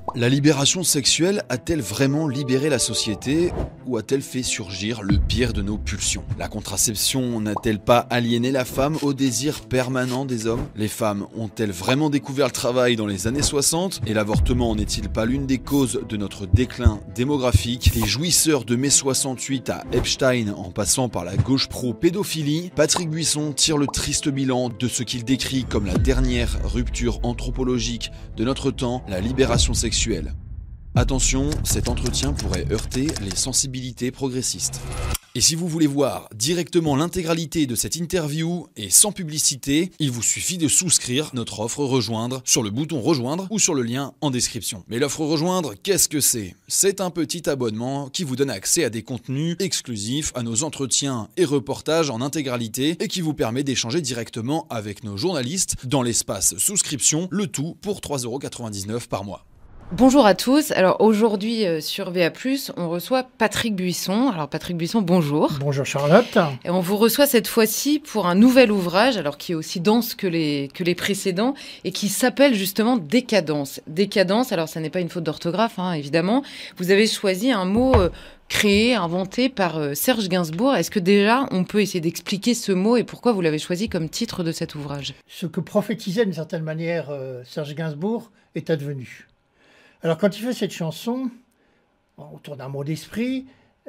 La libération sexuelle a-t-elle vraiment libéré la société ou a-t-elle fait surgir le pire de nos pulsions? La contraception n'a-t-elle pas aliéné la femme au désir permanent des hommes? Les femmes ont-elles vraiment découvert le travail dans les années 60? Et l'avortement n'est-il pas l'une des causes de notre déclin démographique? Des jouisseurs de mai 68 à Epstein en passant par la gauche pro-pédophilie, Patrick Buisson tire le triste bilan de ce qu'il décrit comme la dernière rupture anthropologique de notre temps, la libération sexuelle. Attention, cet entretien pourrait heurter les sensibilités progressistes. Et si vous voulez voir directement l'intégralité de cette interview et sans publicité, il vous suffit de souscrire notre offre Rejoindre sur le bouton Rejoindre ou sur le lien en description. Mais l'offre Rejoindre, qu'est-ce que c'est? C'est un petit abonnement qui vous donne accès à des contenus exclusifs, à nos entretiens et reportages en intégralité et qui vous permet d'échanger directement avec nos journalistes dans l'espace souscription, le tout pour 3,99 € par mois. Bonjour à tous. Alors aujourd'hui sur VA+, on reçoit Patrick Buisson. Alors Patrick Buisson, bonjour. Bonjour Charlotte. Et on vous reçoit cette fois-ci pour un nouvel ouvrage, alors qui est aussi dense que les précédents et qui s'appelle justement Décadence. Décadence, alors ça n'est pas une faute d'orthographe, évidemment. Vous avez choisi un mot créé, inventé par Serge Gainsbourg. Est-ce que déjà on peut essayer d'expliquer ce mot et pourquoi vous l'avez choisi comme titre de cet ouvrage? Ce que prophétisait d'une certaine manière Serge Gainsbourg est advenu. Alors, quand il fait cette chanson, autour d'un mot d'esprit,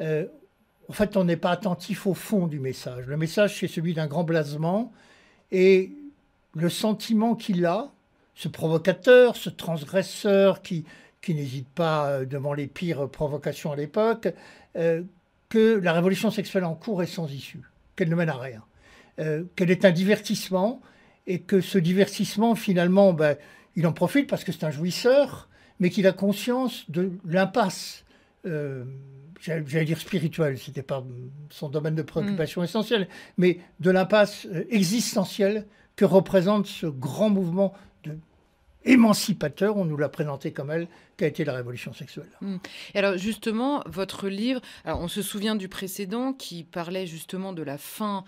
en fait, on n'est pas attentif au fond du message. Le message, c'est celui d'un grand blasement. Et le sentiment qu'il a, ce provocateur, ce transgresseur qui n'hésite pas devant les pires provocations à l'époque, que la révolution sexuelle en cours est sans issue, qu'elle ne mène à rien, qu'elle est un divertissement et que ce divertissement, finalement, il en profite parce que c'est un jouisseur, mais qu'il a conscience de l'impasse, j'allais dire spirituelle, ce n'était pas son domaine de préoccupation essentiel, mais de l'impasse existentielle que représente ce grand mouvement émancipateur, on nous l'a présenté comme elle, qu'a été la révolution sexuelle. Et alors justement, votre livre, alors on se souvient du précédent qui parlait justement de la fin,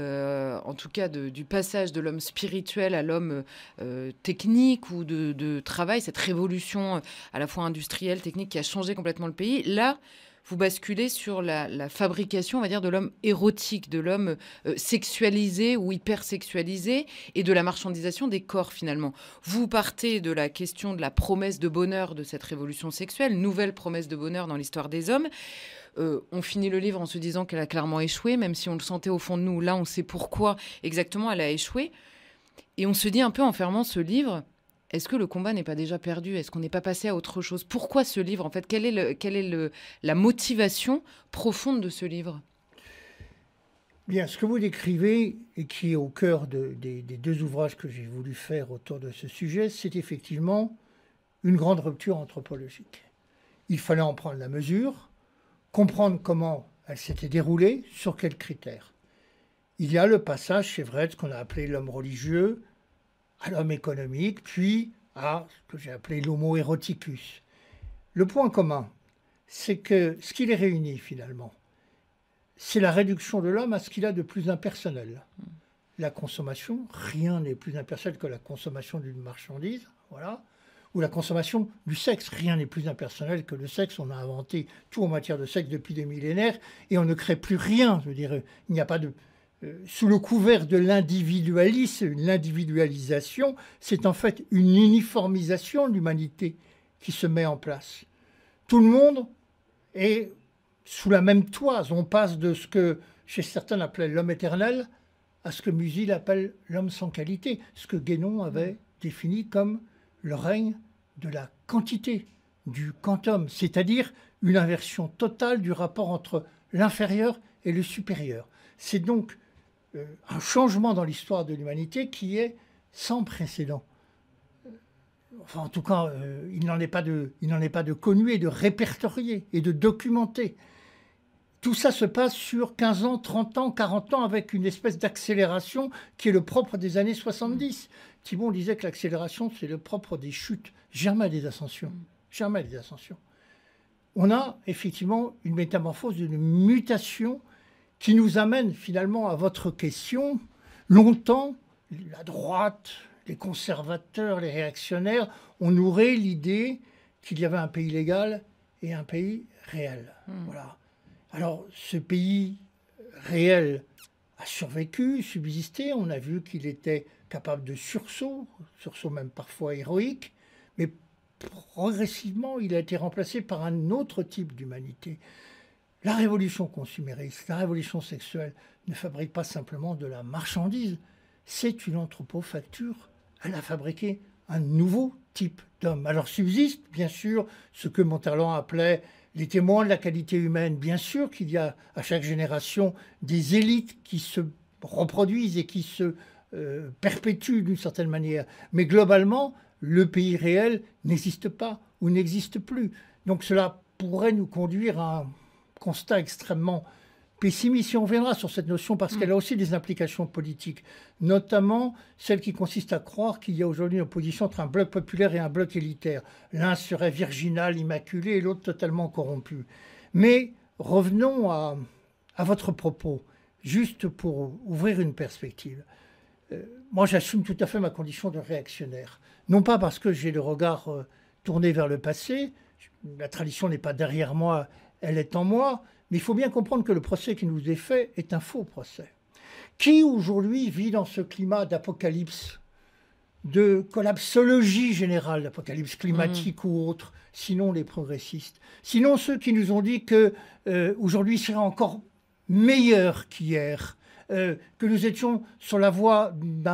en tout cas du passage de l'homme spirituel à l'homme technique ou de travail, cette révolution à la fois industrielle, technique qui a changé complètement le pays. Là, vous basculez sur la fabrication, on va dire, de l'homme érotique, de l'homme sexualisé ou hypersexualisé et de la marchandisation des corps, finalement. Vous partez de la question de la promesse de bonheur de cette révolution sexuelle, nouvelle promesse de bonheur dans l'histoire des hommes. On finit le livre en se disant qu'elle a clairement échoué, même si on le sentait au fond de nous. Là, on sait pourquoi exactement elle a échoué. Et on se dit un peu en fermant ce livre... Est-ce que le combat n'est pas déjà perdu? Est-ce qu'on n'est pas passé à autre chose? Pourquoi ce livre, en fait? Quelle est la motivation profonde de ce livre? Bien, ce que vous décrivez, et qui est au cœur des deux ouvrages que j'ai voulu faire autour de ce sujet, c'est effectivement une grande rupture anthropologique. Il fallait en prendre la mesure, comprendre comment elle s'était déroulée, sur quels critères. Il y a le passage, c'est vrai, de ce qu'on a appelé l'homme religieux, à l'homme économique, puis à ce que j'ai appelé l'homo eroticus. Le point commun, c'est que ce qui les réunit finalement, c'est la réduction de l'homme à ce qu'il a de plus impersonnel. La consommation, rien n'est plus impersonnel que la consommation d'une marchandise, voilà, ou la consommation du sexe, rien n'est plus impersonnel que le sexe. On a inventé tout en matière de sexe depuis des millénaires et on ne crée plus rien. Je veux dire, il n'y a pas de... sous le couvert de l'individualisme, l'individualisation, c'est en fait une uniformisation de l'humanité qui se met en place. Tout le monde est sous la même toise. On passe de ce que chez certains appelaient l'homme éternel à ce que Musil appelle l'homme sans qualité, ce que Guénon avait défini comme le règne de la quantité, du quantum, c'est-à-dire une inversion totale du rapport entre l'inférieur et le supérieur. C'est donc un changement dans l'histoire de l'humanité qui est sans précédent. Enfin, en tout cas, il n'en est pas de connu et de répertorié et de documenté. Tout ça se passe sur 15 ans, 30 ans, 40 ans, avec une espèce d'accélération qui est le propre des années 70. Thibon disait que l'accélération, c'est le propre des chutes, jamais des ascensions. Jamais des ascensions. On a effectivement une métamorphose, une mutation qui nous amène finalement à votre question. Longtemps, la droite, les conservateurs, les réactionnaires ont nourri l'idée qu'il y avait un pays légal et un pays réel. Voilà. Alors, ce pays réel a survécu, subsisté. On a vu qu'il était capable de sursauts même parfois héroïques, mais progressivement, il a été remplacé par un autre type d'humanité. La révolution consumériste, la révolution sexuelle ne fabrique pas simplement de la marchandise, c'est une anthropofacture. Elle a fabriqué un nouveau type d'homme. Alors subsiste, bien sûr, ce que Montalon appelait les témoins de la qualité humaine. Bien sûr qu'il y a à chaque génération des élites qui se reproduisent et qui se perpétuent d'une certaine manière. Mais globalement, le pays réel n'existe pas ou n'existe plus. Donc cela pourrait nous conduire à un constat extrêmement pessimiste. Et on reviendra sur cette notion parce qu'elle a aussi des implications politiques, notamment celle qui consiste à croire qu'il y a aujourd'hui une opposition entre un bloc populaire et un bloc élitaire. L'un serait virginal, immaculé, et l'autre totalement corrompu. Mais revenons à votre propos, juste pour ouvrir une perspective. Moi, j'assume tout à fait ma condition de réactionnaire. Non pas parce que j'ai le regard tourné vers le passé, la tradition n'est pas derrière moi, elle est en moi, mais il faut bien comprendre que le procès qui nous est fait est un faux procès. Qui aujourd'hui vit dans ce climat d'apocalypse, de collapsologie générale, d'apocalypse climatique ou autre, sinon les progressistes, sinon ceux qui nous ont dit que aujourd'hui serait encore meilleur qu'hier, que nous étions sur la voie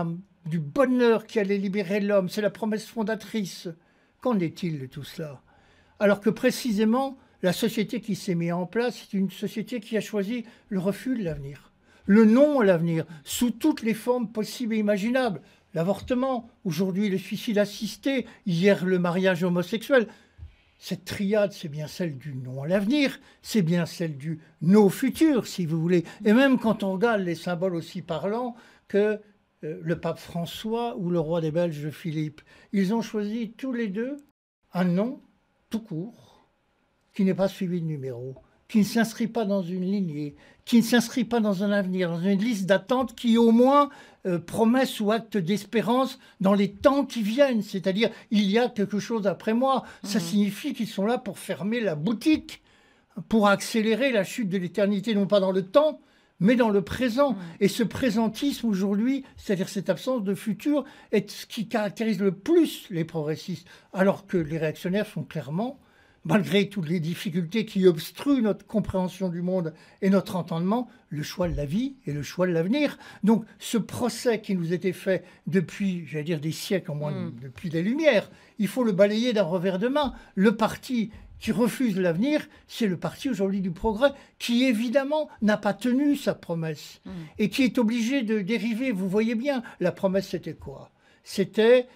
du bonheur qui allait libérer l'homme, c'est la promesse fondatrice. Qu'en est-il de tout cela? Alors que précisément, la société qui s'est mise en place, c'est une société qui a choisi le refus de l'avenir, le non à l'avenir, sous toutes les formes possibles et imaginables. L'avortement, aujourd'hui le suicide assisté, hier le mariage homosexuel. Cette triade, c'est bien celle du non à l'avenir, c'est bien celle du no futur, si vous voulez. Et même quand on regarde les symboles aussi parlants que le pape François ou le roi des Belges Philippe, ils ont choisi tous les deux un nom tout court, qui n'est pas suivi de numéro, qui ne s'inscrit pas dans une lignée, qui ne s'inscrit pas dans un avenir, dans une liste d'attente qui au moins promesse ou acte d'espérance dans les temps qui viennent. C'est-à-dire, il y a quelque chose après moi. Ça signifie qu'ils sont là pour fermer la boutique, pour accélérer la chute de l'éternité, non pas dans le temps, mais dans le présent. Et ce présentisme aujourd'hui, c'est-à-dire cette absence de futur, est ce qui caractérise le plus les progressistes, alors que les réactionnaires sont clairement, malgré toutes les difficultés qui obstruent notre compréhension du monde et notre entendement, le choix de la vie et le choix de l'avenir. Donc ce procès qui nous était fait depuis, j'allais dire des siècles, au moins depuis les Lumières, il faut le balayer d'un revers de main. Le parti qui refuse l'avenir, c'est le parti aujourd'hui du progrès, qui évidemment n'a pas tenu sa promesse et qui est obligé de dériver. Vous voyez bien, la promesse c'était quoi? C'était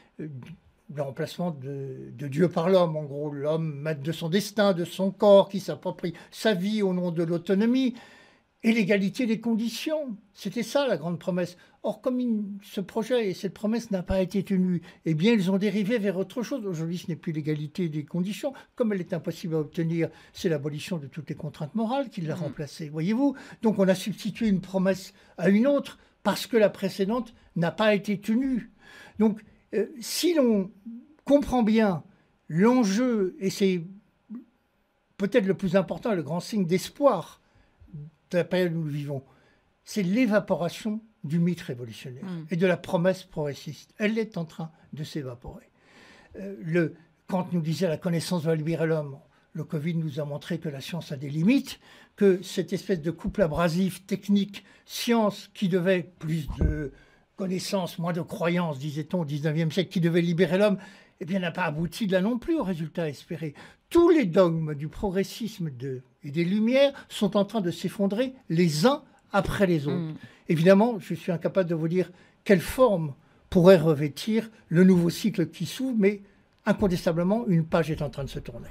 le remplacement de Dieu par l'homme, en gros, l'homme maître de son destin, de son corps, qui s'approprie sa vie au nom de l'autonomie, et l'égalité des conditions. C'était ça la grande promesse. Or, comme ce projet et cette promesse n'a pas été tenue, eh bien, ils ont dérivé vers autre chose. Aujourd'hui, ce n'est plus l'égalité des conditions. Comme elle est impossible à obtenir, c'est l'abolition de toutes les contraintes morales qui l'a remplacée. Voyez-vous? Donc, on a substitué une promesse à une autre parce que la précédente n'a pas été tenue. Donc, si l'on comprend bien l'enjeu, et c'est peut-être le plus important, le grand signe d'espoir de la période où nous vivons, c'est l'évaporation du mythe révolutionnaire et de la promesse progressiste. Elle est en train de s'évaporer. Kant nous disait la connaissance va libérer l'homme. Le Covid nous a montré que la science a des limites, que cette espèce de couple abrasif, technique, science, qui devait plus de connaissance, moins de croyance, disait-on, au XIXe siècle, qui devait libérer l'homme, eh bien, n'a pas abouti là non plus au résultat espéré. Tous les dogmes du progressisme et des Lumières sont en train de s'effondrer les uns après les autres. Évidemment, je suis incapable de vous dire quelle forme pourrait revêtir le nouveau cycle qui s'ouvre, mais incontestablement, une page est en train de se tourner.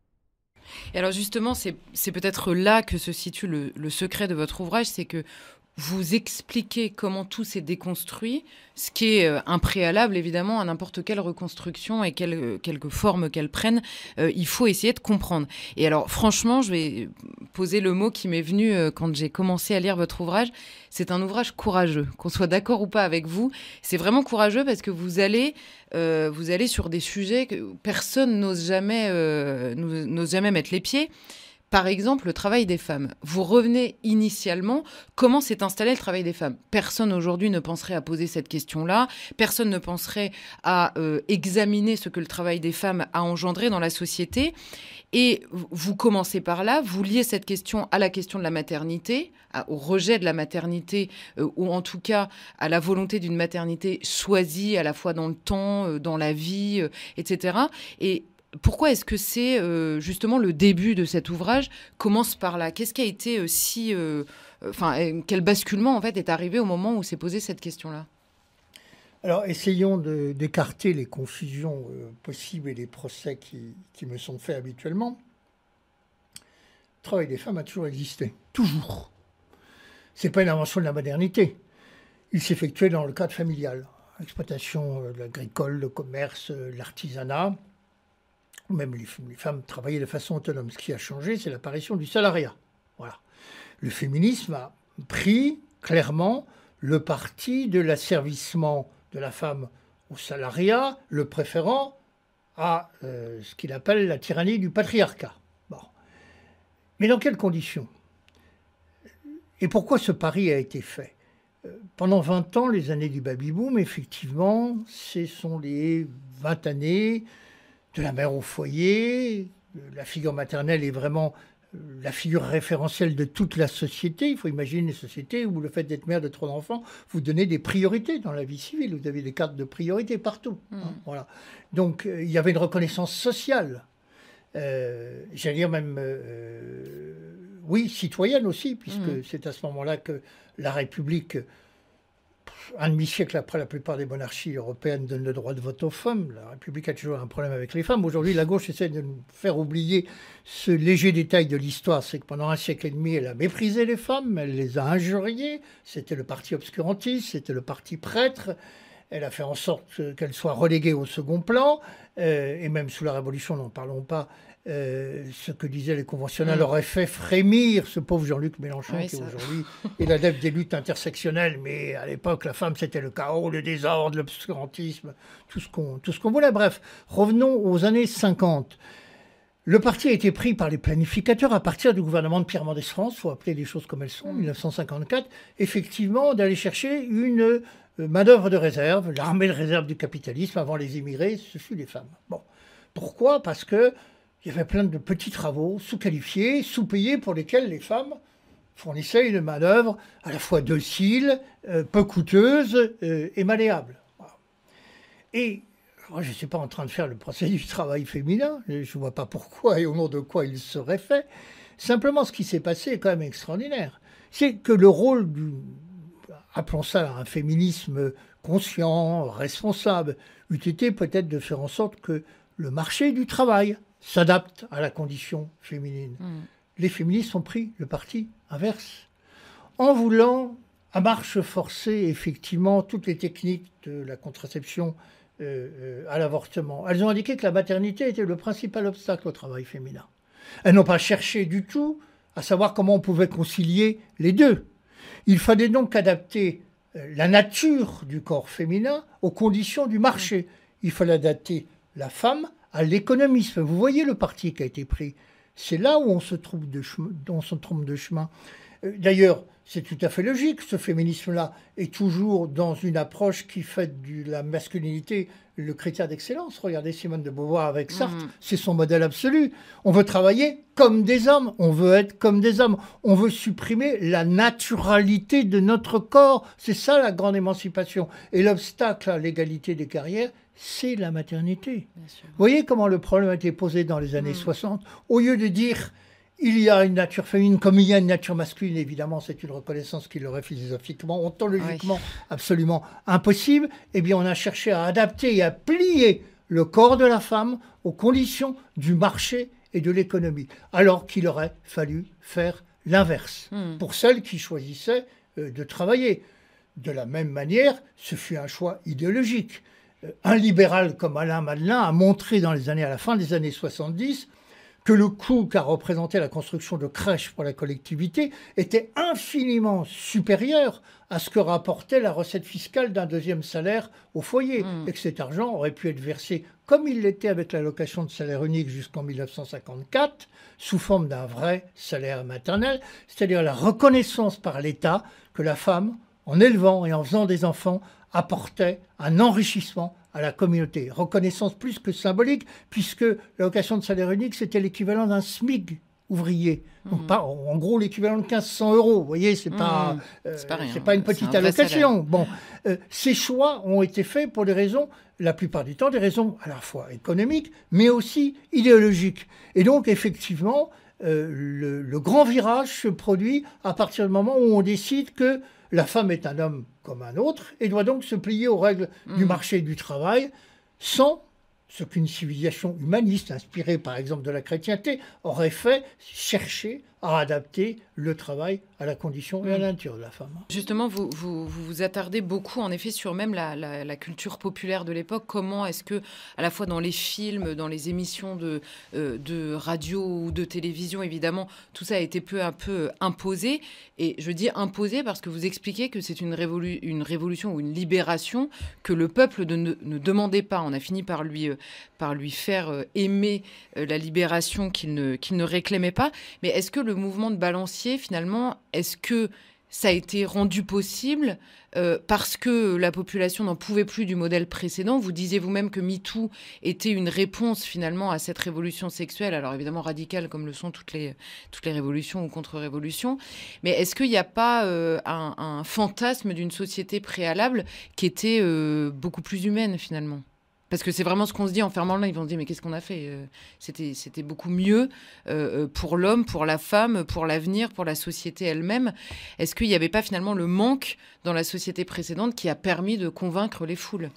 Et alors justement, c'est peut-être là que se situe le secret de votre ouvrage, c'est que vous expliquez comment tout s'est déconstruit, ce qui est un préalable évidemment à n'importe quelle reconstruction et quelque forme qu'elle prenne, il faut essayer de comprendre. Et alors franchement, je vais poser le mot qui m'est venu quand j'ai commencé à lire votre ouvrage, c'est un ouvrage courageux. Qu'on soit d'accord ou pas avec vous, c'est vraiment courageux parce que vous allez sur des sujets que personne n'ose jamais mettre les pieds. Par exemple, le travail des femmes. Vous revenez initialement, comment s'est installé le travail des femmes ? Personne aujourd'hui ne penserait à poser cette question-là. Personne ne penserait à examiner ce que le travail des femmes a engendré dans la société. Et vous commencez par là, vous liez cette question à la question de la maternité, au rejet de la maternité, ou en tout cas à la volonté d'une maternité choisie à la fois dans le temps, dans la vie, etc. Et pourquoi est-ce que c'est justement le début de cet ouvrage commence par là ? Qu'est-ce qui a été quel basculement en fait est arrivé au moment où s'est posée cette question-là ? Alors, essayons d'écarter les confusions possibles et les procès qui me sont faits habituellement. Le travail des femmes a toujours existé, toujours. Ce n'est pas une invention de la modernité. Il s'effectuait dans le cadre familial, l'exploitation agricole, le commerce, l'artisanat. Même les femmes travaillaient de façon autonome. Ce qui a changé, c'est l'apparition du salariat. Voilà. Le féminisme a pris clairement le parti de l'asservissement de la femme au salariat, le préférant à ce qu'il appelle la tyrannie du patriarcat. Bon. Mais dans quelles conditions ? Et pourquoi ce pari a été fait ? Pendant 20 ans, les années du baby-boom, effectivement, ce sont les 20 années de la mère au foyer. La figure maternelle est vraiment la figure référentielle de toute la société. Il faut imaginer une société où le fait d'être mère de 3 enfants vous donnez des priorités dans la vie civile. Vous avez des cartes de priorité partout. Voilà. Donc, il y avait une reconnaissance sociale. J'allais dire même, oui, citoyenne aussi, puisque c'est à ce moment-là que la République, un demi-siècle après la plupart des monarchies européennes, donne le droit de vote aux femmes. La République a toujours un problème avec les femmes. Aujourd'hui, la gauche essaie de nous faire oublier ce léger détail de l'histoire. C'est que pendant un siècle et demi, elle a méprisé les femmes, elle les a injuriées. C'était le parti obscurantiste, c'était le parti prêtre. Elle a fait en sorte qu'elle soit reléguée au second plan. Et même sous la Révolution, n'en parlons pas, ce que disaient les conventionnels aurait fait frémir ce pauvre Jean-Luc Mélenchon, qui aujourd'hui est l'adepte des luttes intersectionnelles. Mais à l'époque, la femme, c'était le chaos, le désordre, l'obscurantisme, tout ce qu'on voulait. Bref, revenons aux années 50. Le parti a été pris par les planificateurs à partir du gouvernement de Pierre Mendès France, il faut appeler les choses comme elles sont, 1954, effectivement, d'aller chercher une main-d'œuvre de réserve, l'armée de réserve du capitalisme avant les immigrés, ce fut les femmes. Bon. Pourquoi ? Parce que il y avait plein de petits travaux sous-qualifiés, sous-payés, pour lesquels les femmes fournissaient une main-d'œuvre à la fois docile, peu coûteuse et malléable. Voilà. Et moi, je ne suis pas en train de faire le procès du travail féminin, je ne vois pas pourquoi et au nom de quoi il serait fait. Simplement, ce qui s'est passé est quand même extraordinaire. C'est que le rôle appelons ça un féminisme conscient, responsable, eût été peut-être de faire en sorte que le marché du travail s'adapte à la condition féminine. Les féministes ont pris le parti inverse, en voulant, à marche forcée, effectivement, toutes les techniques de la contraception à l'avortement. Elles ont indiqué que la maternité était le principal obstacle au travail féminin. Elles n'ont pas cherché du tout à savoir comment on pouvait concilier les deux. Il fallait donc adapter la nature du corps féminin aux conditions du marché. Il fallait adapter la femme à l'économisme. Vous voyez le parti qui a été pris. C'est là où on se trompe de chemin. D'ailleurs, c'est tout à fait logique. Ce féminisme-là est toujours dans une approche qui fait de la masculinité le critère d'excellence. Regardez Simone de Beauvoir avec Sartre, c'est son modèle absolu. On veut travailler comme des hommes, on veut être comme des hommes, on veut supprimer la naturalité de notre corps. C'est ça la grande émancipation. Et l'obstacle à l'égalité des carrières, c'est la maternité. Vous voyez comment le problème a été posé dans les années 60 ? Au lieu de dire il y a une nature féminine comme il y a une nature masculine, évidemment, c'est une reconnaissance qui leur est philosophiquement, ontologiquement absolument impossible. Eh bien, on a cherché à adapter et à plier le corps de la femme aux conditions du marché et de l'économie, alors qu'il aurait fallu faire l'inverse pour celles qui choisissaient de travailler. De la même manière, ce fut un choix idéologique. Un libéral comme Alain Madelin a montré à la fin des années 70 que le coût qu'a représenté la construction de crèches pour la collectivité était infiniment supérieur à ce que rapportait la recette fiscale d'un deuxième salaire au foyer, et que cet argent aurait pu être versé, comme il l'était avec l'allocation de salaire unique jusqu'en 1954, sous forme d'un vrai salaire maternel, c'est-à-dire la reconnaissance par l'État que la femme, en élevant et en faisant des enfants, apportait un enrichissement à la communauté. Reconnaissance plus que symbolique, puisque l'allocation de salaire unique, c'était l'équivalent d'un SMIC ouvrier. Donc en gros l'équivalent de 1500 €. Vous voyez, c'est pas une petite allocation. Bon, ces choix ont été faits pour des raisons, la plupart du temps, des raisons à la fois économiques, mais aussi idéologiques. Et donc, effectivement, le grand virage se produit à partir du moment où on décide que la femme est un homme comme un autre et doit donc se plier aux règles du marché du travail sans ce qu'une civilisation humaniste, inspirée par exemple de la chrétienté, aurait fait, chercher à adapter le travail à la condition et à la nature de la femme. Justement, vous attardez beaucoup, en effet, sur même la culture populaire de l'époque. Comment est-ce que, à la fois dans les films, dans les émissions de radio ou de télévision, évidemment, tout ça a été peu à peu imposé. Et je dis imposé parce que vous expliquez que c'est une révolution ou une libération que le peuple ne demandait pas. On a fini par lui faire aimer la libération qu'il ne réclamait pas. Mais est-ce que le mouvement de balancier, finalement, est-ce que ça a été rendu possible parce que la population n'en pouvait plus du modèle précédent? Vous disiez vous-même que MeToo était une réponse, finalement, à cette révolution sexuelle, alors évidemment radicale, comme le sont toutes les révolutions ou contre-révolutions. Mais est-ce qu'il n'y a pas un fantasme d'une société préalable qui était beaucoup plus humaine, finalement? Parce que c'est vraiment ce qu'on se dit en fermant le livre. Ils vont se dire, mais qu'est-ce qu'on a fait? C'était beaucoup mieux pour l'homme, pour la femme, pour l'avenir, pour la société elle-même. Est-ce qu'il n'y avait pas finalement le manque dans la société précédente qui a permis de convaincre les foules?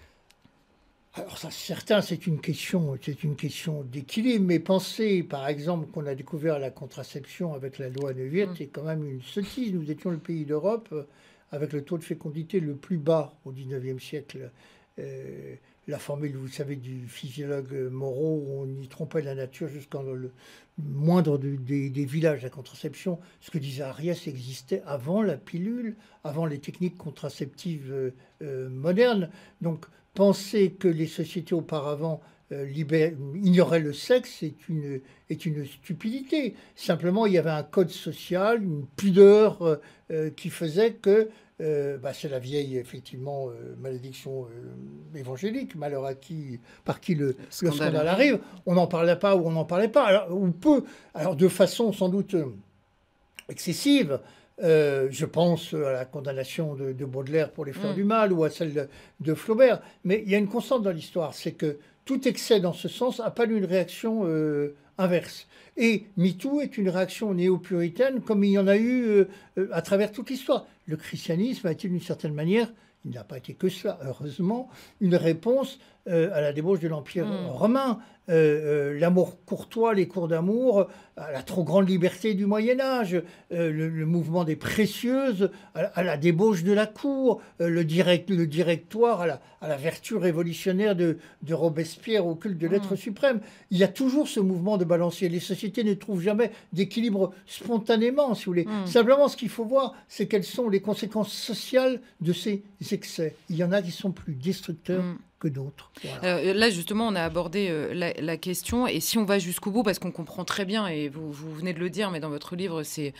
Alors ça, certain, c'est une question d'équilibre. Mais penser, par exemple, qu'on a découvert la contraception avec la loi Neuwirth, c'est quand même une sottise. Nous étions le pays d'Europe avec le taux de fécondité le plus bas au XIXe siècle. La formule, vous savez, du physiologue Moreau, où on y trompait la nature jusqu'en le moindre des villages. La contraception, ce que disait Ariès, existait avant la pilule, avant les techniques contraceptives modernes. Donc, penser que les sociétés auparavant ignoraient le sexe est une stupidité. Simplement, il y avait un code social, une pudeur qui faisait que c'est la vieille, effectivement, malédiction évangélique, malheur à qui, par qui le scandale arrive. On n'en parlait pas ou on n'en parlait pas, alors, ou peu. Alors, de façon sans doute excessive. Je pense à la condamnation de Baudelaire pour Les Fleurs du Mal ou à celle de Flaubert. Mais il y a une constante dans l'histoire, c'est que tout excès dans ce sens appelle une réaction inverse. Et MeToo est une réaction néo-puritaine comme il y en a eu à travers toute l'histoire. Le christianisme a été d'une certaine manière, il n'a pas été que cela, heureusement, une réponse à la débauche de l'Empire romain. L'amour courtois, les cours d'amour, à la trop grande liberté du Moyen-Âge, le mouvement des précieuses, à la débauche de la cour, le directoire, à la vertu révolutionnaire de Robespierre au culte de l'être suprême. Il y a toujours ce mouvement de balancier. Les sociétés ne trouvent jamais d'équilibre spontanément, si vous voulez. Simplement, ce qu'il faut voir, c'est quelles sont les conséquences sociales de ces excès. Il y en a qui sont plus destructeurs que d'autres. Voilà. Là, justement, on a abordé la question, et si on va jusqu'au bout, parce qu'on comprend très bien, et vous venez de le dire, mais dans votre livre, c'est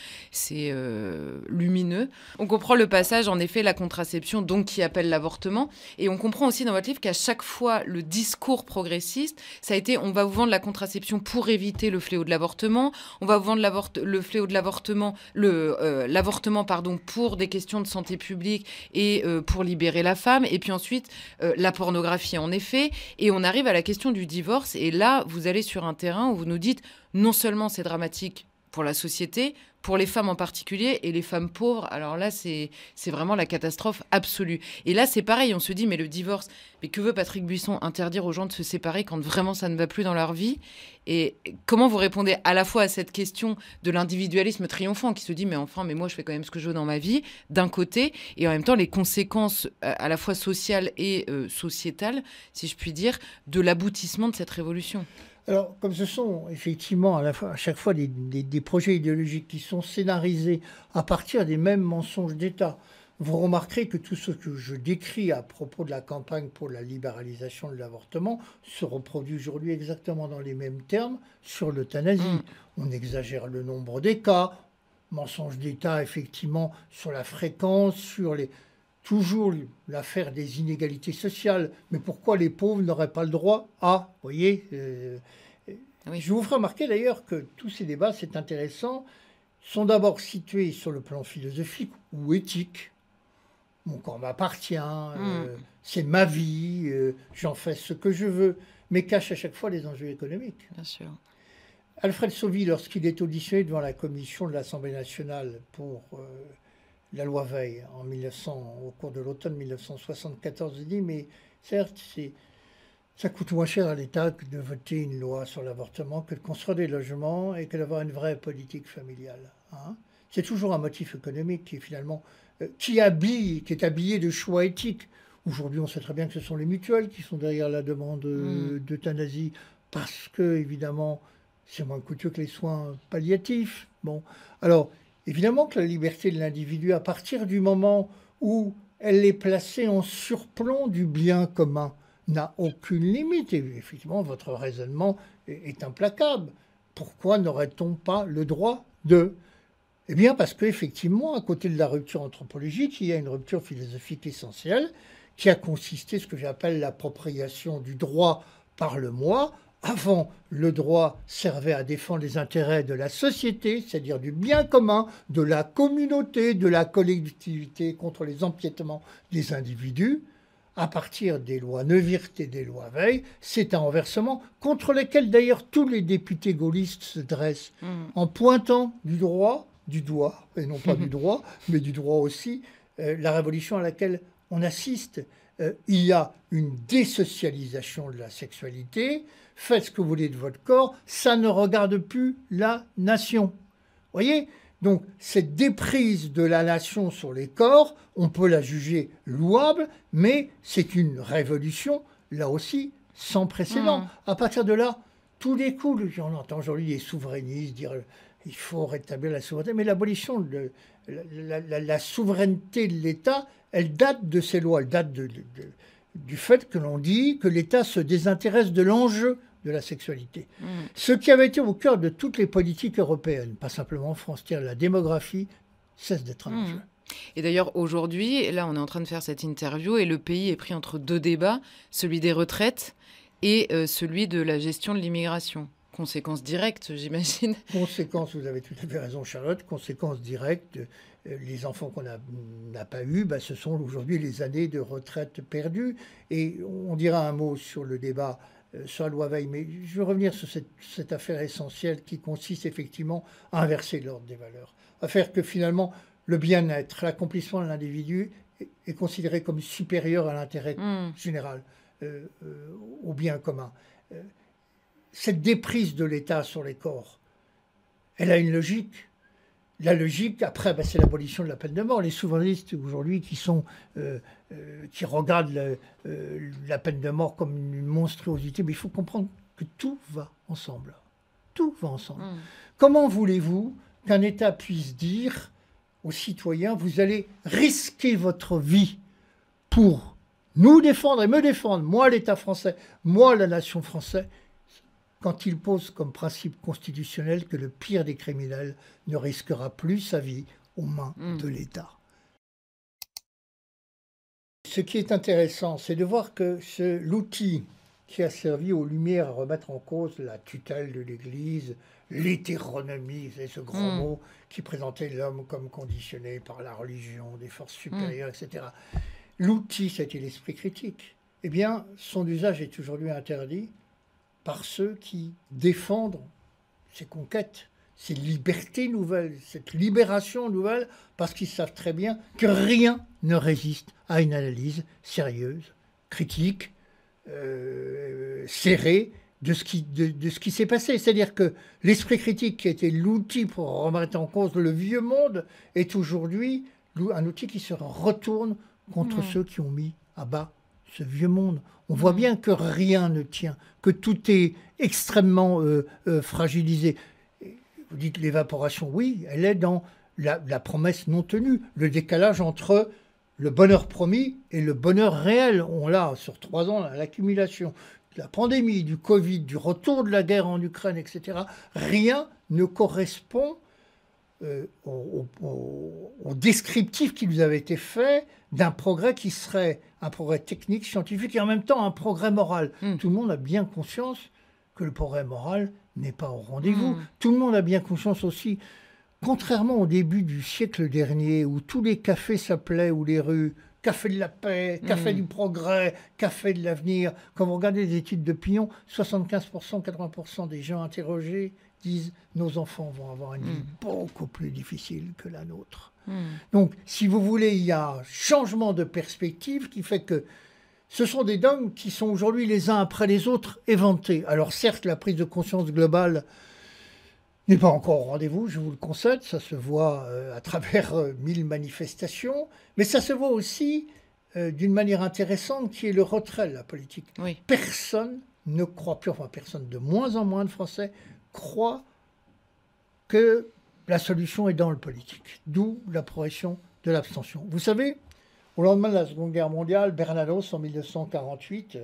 lumineux. On comprend le passage, en effet, la contraception, donc qui appelle l'avortement, et on comprend aussi dans votre livre qu'à chaque fois, le discours progressiste, ça a été, on va vous vendre la contraception pour éviter le fléau de l'avortement, on va vous vendre le fléau de l'avortement, l'avortement, pour des questions de santé publique et pour libérer la femme, et puis ensuite, la pornographie, en effet, et on arrive à la question du divorce, et là, vous allez sur un terrain où vous nous dites, non seulement c'est dramatique pour la société, pour les femmes en particulier, et les femmes pauvres. Alors là, c'est vraiment la catastrophe absolue. Et là, c'est pareil, on se dit, mais le divorce, mais que veut Patrick Buisson? Interdire aux gens de se séparer quand vraiment ça ne va plus dans leur vie? Et comment vous répondez à la fois à cette question de l'individualisme triomphant qui se dit, mais enfin, mais moi, je fais quand même ce que je veux dans ma vie, d'un côté, et en même temps, les conséquences à la fois sociales et sociétales, si je puis dire, de l'aboutissement de cette révolution? Alors, comme ce sont effectivement à chaque fois des projets idéologiques qui sont scénarisés à partir des mêmes mensonges d'État, vous remarquerez que tout ce que je décris à propos de la campagne pour la libéralisation de l'avortement se reproduit aujourd'hui exactement dans les mêmes termes sur l'euthanasie. On exagère le nombre des cas, mensonges d'État effectivement sur la fréquence, sur toujours l'affaire des inégalités sociales. Mais pourquoi les pauvres n'auraient pas le droit à, vous voyez, oui. Je vous ferai remarquer d'ailleurs que tous ces débats, c'est intéressant, sont d'abord situés sur le plan philosophique ou éthique. Mon corps m'appartient, c'est ma vie, j'en fais ce que je veux, mais cachent à chaque fois les enjeux économiques. Bien sûr. Alfred Sauvy, lorsqu'il est auditionné devant la commission de l'Assemblée nationale pour la loi Veil au cours de l'automne 1974, il dit, mais certes, ça coûte moins cher à l'État que de voter une loi sur l'avortement, que de construire des logements et que d'avoir une vraie politique familiale. Hein. C'est toujours un motif économique qui est finalement qui est habillé de choix éthiques. Aujourd'hui, on sait très bien que ce sont les mutuelles qui sont derrière la demande d'euthanasie parce que, évidemment, c'est moins coûteux que les soins palliatifs. Bon, alors, évidemment que la liberté de l'individu, à partir du moment où elle est placée en surplomb du bien commun, n'a aucune limite. Et effectivement, votre raisonnement est implacable. Pourquoi n'aurait-on pas le droit de... Eh bien, parce qu'effectivement, à côté de la rupture anthropologique, il y a une rupture philosophique essentielle qui a consisté, ce que j'appelle l'appropriation du droit par le moi. Avant, le droit servait à défendre les intérêts de la société, c'est-à-dire du bien commun, de la communauté, de la collectivité, contre les empiétements des individus. À partir des lois Neuwirth et des lois Veil, c'est un renversement contre lequel d'ailleurs tous les députés gaullistes se dressent en pointant du doigt, et non pas du droit, mais du droit aussi, la révolution à laquelle on assiste. Il y a une désocialisation de la sexualité, faites ce que vous voulez de votre corps, ça ne regarde plus la nation. Vous voyez ? Donc cette déprise de la nation sur les corps, on peut la juger louable, mais c'est une révolution, là aussi, sans précédent. À partir de là, tout découle. On entend aujourd'hui les souverainistes dire il faut rétablir la souveraineté, mais l'abolition de la souveraineté de l'État, elle date de ces lois, elle date du fait que l'on dit que l'État se désintéresse de l'enjeu de la sexualité. Ce qui avait été au cœur de toutes les politiques européennes, pas simplement en France, la démographie cesse d'être un enjeu. Et d'ailleurs, aujourd'hui, là, on est en train de faire cette interview et le pays est pris entre deux débats, celui des retraites et celui de la gestion de l'immigration. Conséquences directes, j'imagine. Conséquences, vous avez tout à fait raison, Charlotte. Conséquences directes, les enfants qu'on n'a pas eus, ce sont aujourd'hui les années de retraite perdues. Et on dira un mot sur le débat sur la loi Veil, mais je veux revenir sur cette affaire essentielle qui consiste effectivement à inverser l'ordre des valeurs, à faire que finalement le bien-être, l'accomplissement de l'individu est considéré comme supérieur à l'intérêt général, au bien commun. Cette déprise de l'État sur les corps, elle a une logique. La logique, après, c'est l'abolition de la peine de mort. Les souverainistes aujourd'hui qui regardent la peine de mort comme une monstruosité, mais il faut comprendre que tout va ensemble. Tout va ensemble. Comment voulez-vous qu'un État puisse dire aux citoyens, vous allez risquer votre vie pour nous défendre et me défendre, moi l'État français, moi la nation française, quand il pose comme principe constitutionnel que le pire des criminels ne risquera plus sa vie aux mains de l'État. Ce qui est intéressant, c'est de voir que l'outil qui a servi aux Lumières à remettre en cause la tutelle de l'Église, l'hétéronomie, c'est ce grand mot qui présentait l'homme comme conditionné par la religion, des forces supérieures, etc. L'outil, c'était l'esprit critique. Eh bien, son usage est aujourd'hui interdit par ceux qui défendent ces conquêtes ces libertés nouvelles, cette libération nouvelle, parce qu'ils savent très bien que rien ne résiste à une analyse sérieuse, critique, serrée de ce qui s'est passé. C'est-à-dire que l'esprit critique, qui était l'outil pour remettre en cause le vieux monde, est aujourd'hui un outil qui se retourne contre ceux qui ont mis à bas ce vieux monde. On voit bien que rien ne tient, que tout est extrêmement fragilisé. Vous dites l'évaporation, oui, elle est dans la promesse non tenue, le décalage entre le bonheur promis et le bonheur réel. On l'a sur 3 ans, l'accumulation de la pandémie, du Covid, du retour de la guerre en Ukraine, etc. Rien ne correspond au descriptif qui nous avait été fait d'un progrès qui serait un progrès technique, scientifique et en même temps un progrès moral. Tout le monde a bien conscience que le progrès moral n'est pas au rendez-vous. Tout le monde a bien conscience aussi, contrairement au début du siècle dernier, où tous les cafés s'appelaient, ou les rues, café de la paix, café du progrès, café de l'avenir. Quand vous regardez les études d'opinion, 75%, 80% des gens interrogés disent « nos enfants vont avoir une vie beaucoup plus difficile que la nôtre ». Donc, si vous voulez, il y a un changement de perspective qui fait que ce sont des dogmes qui sont aujourd'hui les uns après les autres éventés. Alors certes, la prise de conscience globale n'est pas encore au rendez-vous, je vous le concède, ça se voit à travers 1000 manifestations, mais ça se voit aussi d'une manière intéressante qui est le retrait de la politique. Oui. Personne ne croit plus, enfin personne, de moins en moins de Français croient que la solution est dans le politique, d'où la progression de l'abstention. Vous savez, au lendemain de la Seconde Guerre mondiale, Bernanos, en 1948,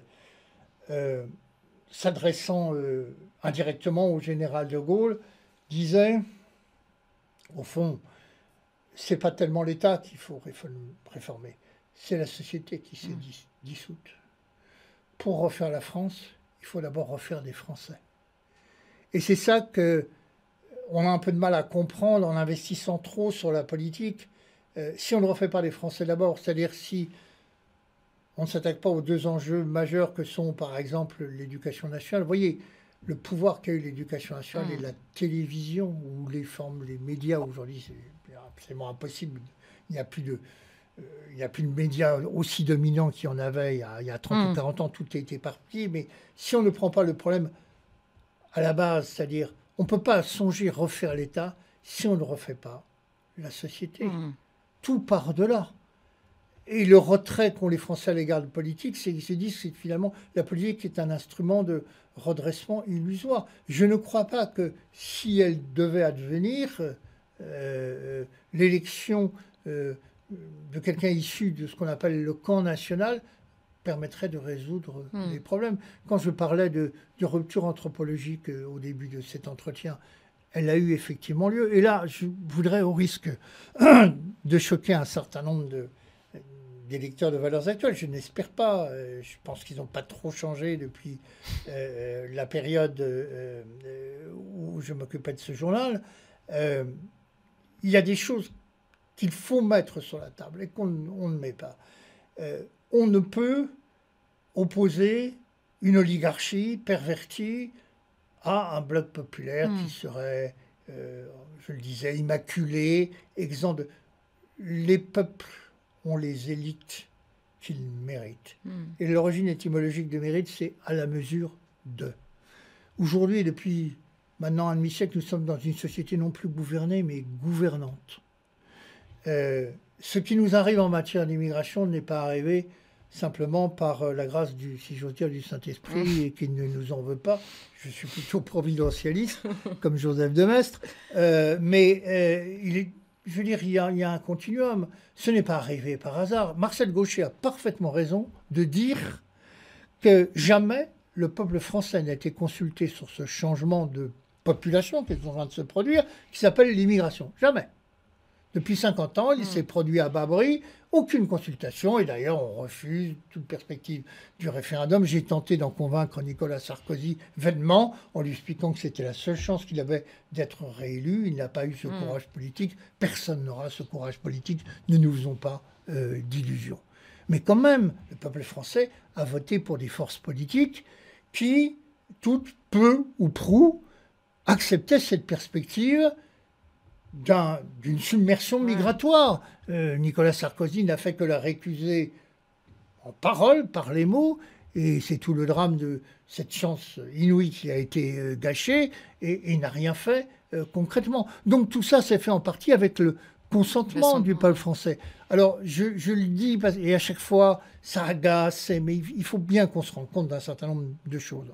s'adressant indirectement au général de Gaulle, disait, au fond, c'est pas tellement l'État qu'il faut réformer, c'est la société qui s'est dissoute. Pour refaire la France, il faut d'abord refaire des Français. Et c'est ça qu'on a un peu de mal à comprendre en investissant trop sur la politique. Si on ne refait pas les Français d'abord, c'est-à-dire si on ne s'attaque pas aux 2 enjeux majeurs que sont, par exemple, l'éducation nationale. Vous voyez, le pouvoir qu'a eu l'éducation nationale et la télévision ou les médias aujourd'hui, c'est absolument impossible. Il n'y a plus de médias aussi dominants qu'il y en avait il y a 30 ou 40 ans. Tout a été éparpillé. Mais si on ne prend pas le problème à la base, c'est-à-dire on ne peut pas songer refaire l'État si on ne refait pas la société. Tout part de là. Et le retrait qu'ont les Français à l'égard de politique, c'est qu'ils se disent que finalement la politique est un instrument de redressement illusoire. Je ne crois pas que si elle devait advenir, l'élection de quelqu'un issu de ce qu'on appelle le camp national permettrait de résoudre les problèmes. Quand je parlais de rupture anthropologique au début de cet entretien, elle a eu effectivement lieu. Et là, je voudrais, au risque de choquer un certain nombre des lecteurs de Valeurs Actuelles, je n'espère pas, je pense qu'ils n'ont pas trop changé depuis la période où je m'occupais de ce journal, il y a des choses qu'il faut mettre sur la table et qu'on ne met pas. On ne peut opposer une oligarchie pervertie à un bloc populaire qui serait, je le disais, immaculé, exempt de... Les peuples ont les élites qu'ils méritent. Et l'origine étymologique de mérite, c'est à la mesure de. Aujourd'hui, depuis maintenant un demi-siècle, nous sommes dans une société non plus gouvernée, mais gouvernante. Ce qui nous arrive en matière d'immigration n'est pas arrivé simplement par la grâce, si j'ose dire, du Saint-Esprit et qu'il ne nous en veut pas. Je suis plutôt providentialiste, comme Joseph de Maistre. Mais je veux dire, il y a un continuum. Ce n'est pas arrivé par hasard. Marcel Gauchet a parfaitement raison de dire que jamais le peuple français n'a été consulté sur ce changement de population qui est en train de se produire, qui s'appelle l'immigration. Jamais. Depuis 50 ans, il s'est produit à bas bruit, aucune consultation, et d'ailleurs on refuse toute perspective du référendum. J'ai tenté d'en convaincre Nicolas Sarkozy vainement, en lui expliquant que c'était la seule chance qu'il avait d'être réélu. Il n'a pas eu ce courage politique, personne n'aura ce courage politique, ne nous faisons pas d'illusions. Mais quand même, le peuple français a voté pour des forces politiques qui, toutes, peu ou prou, acceptait cette perspective d'une submersion migratoire. Nicolas Sarkozy n'a fait que la récuser en parole, par les mots, et c'est tout le drame de cette chance inouïe qui a été gâchée, et n'a rien fait concrètement. Donc tout ça s'est fait en partie avec le consentement du peuple français. Alors je le dis, et à chaque fois ça agace, mais il faut bien qu'on se rende compte d'un certain nombre de choses.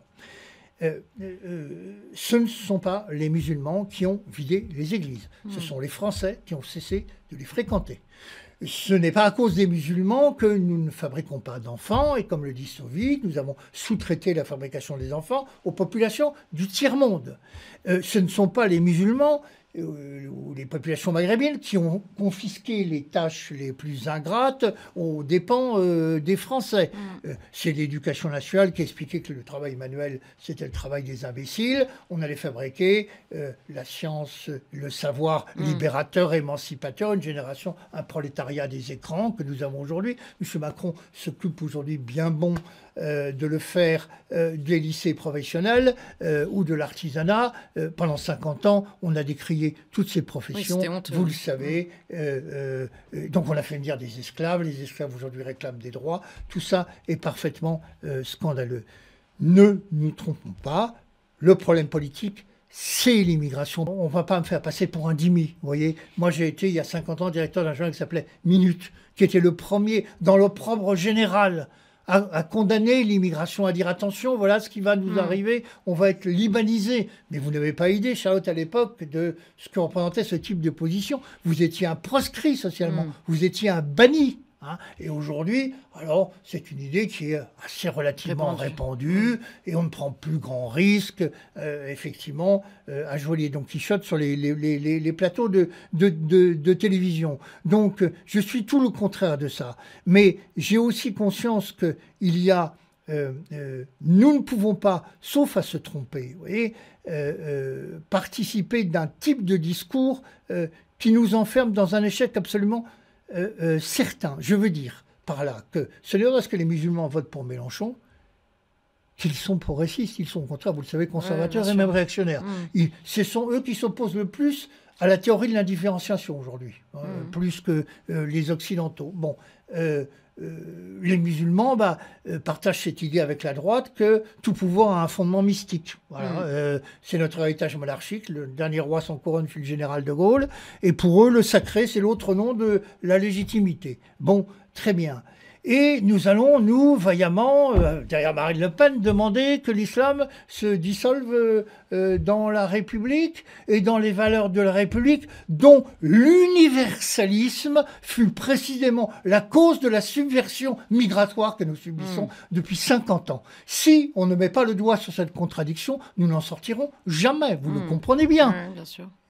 Ce ne sont pas les musulmans qui ont vidé les églises. Ce sont les Français qui ont cessé de les fréquenter. Ce n'est pas à cause des musulmans que nous ne fabriquons pas d'enfants, et comme le dit Soviet, nous avons sous-traité la fabrication des enfants aux populations du tiers-monde. Ce ne sont pas les musulmans ou les populations maghrébines qui ont confisqué les tâches les plus ingrates aux dépens des Français. C'est l'éducation nationale qui expliquait que le travail manuel, c'était le travail des imbéciles. On allait fabriquer la science, le savoir libérateur, émancipateur, une génération, un prolétariat des écrans que nous avons aujourd'hui. M. Macron s'occupe aujourd'hui bien bon de le faire des lycées professionnels ou de l'artisanat. Pendant 50 ans, on a décrié toutes ces professions, vous le savez. Donc on a fait venir des esclaves. Les esclaves aujourd'hui réclament des droits. Tout ça est parfaitement scandaleux. Ne nous trompons pas, le problème politique, c'est l'immigration. On ne va pas me faire passer pour un dhimmi, vous voyez. Moi, j'ai été, il y a 50 ans, directeur d'un journal qui s'appelait Minute, qui était le premier, dans l'opprobre général, à condamner l'immigration, à dire attention, voilà ce qui va nous arriver, on va être libanisé. Mais vous n'avez pas idée, Charlotte, à l'époque, de ce que représentait ce type de position. Vous étiez un proscrit socialement, vous étiez un banni. Hein. Et aujourd'hui, alors, c'est une idée qui est assez relativement répandue et on ne prend plus grand risque, effectivement, à jouer les Don Quichotte sur les plateaux de télévision. Donc, je suis tout le contraire de ça. Mais j'ai aussi conscience qu'il y a... nous ne pouvons pas, sauf à se tromper, vous voyez, participer d'un type de discours qui nous enferme dans un échec absolument certain. Je veux dire par là que ce n'est pas parce que les musulmans votent pour Mélenchon qu'ils sont progressistes, ils sont au contraire, vous le savez, conservateurs et même réactionnaires. Ce sont eux qui s'opposent le plus à la théorie de l'indifférenciation aujourd'hui, plus que les Occidentaux. Bon, les musulmans partagent cette idée avec la droite que tout pouvoir a un fondement mystique. Voilà, c'est notre héritage monarchique. Le dernier roi sans couronne fut le général de Gaulle. Et pour eux, le sacré, c'est l'autre nom de la légitimité. Bon, très bien. Et nous allons, nous, vaillamment, derrière Marine Le Pen, demander que l'islam se dissolve dans la République et dans les valeurs de la République, dont l'universalisme fut précisément la cause de la subversion migratoire que nous subissons depuis 50 ans. Si on ne met pas le doigt sur cette contradiction, nous n'en sortirons jamais, vous le comprenez bien. Bien sûr.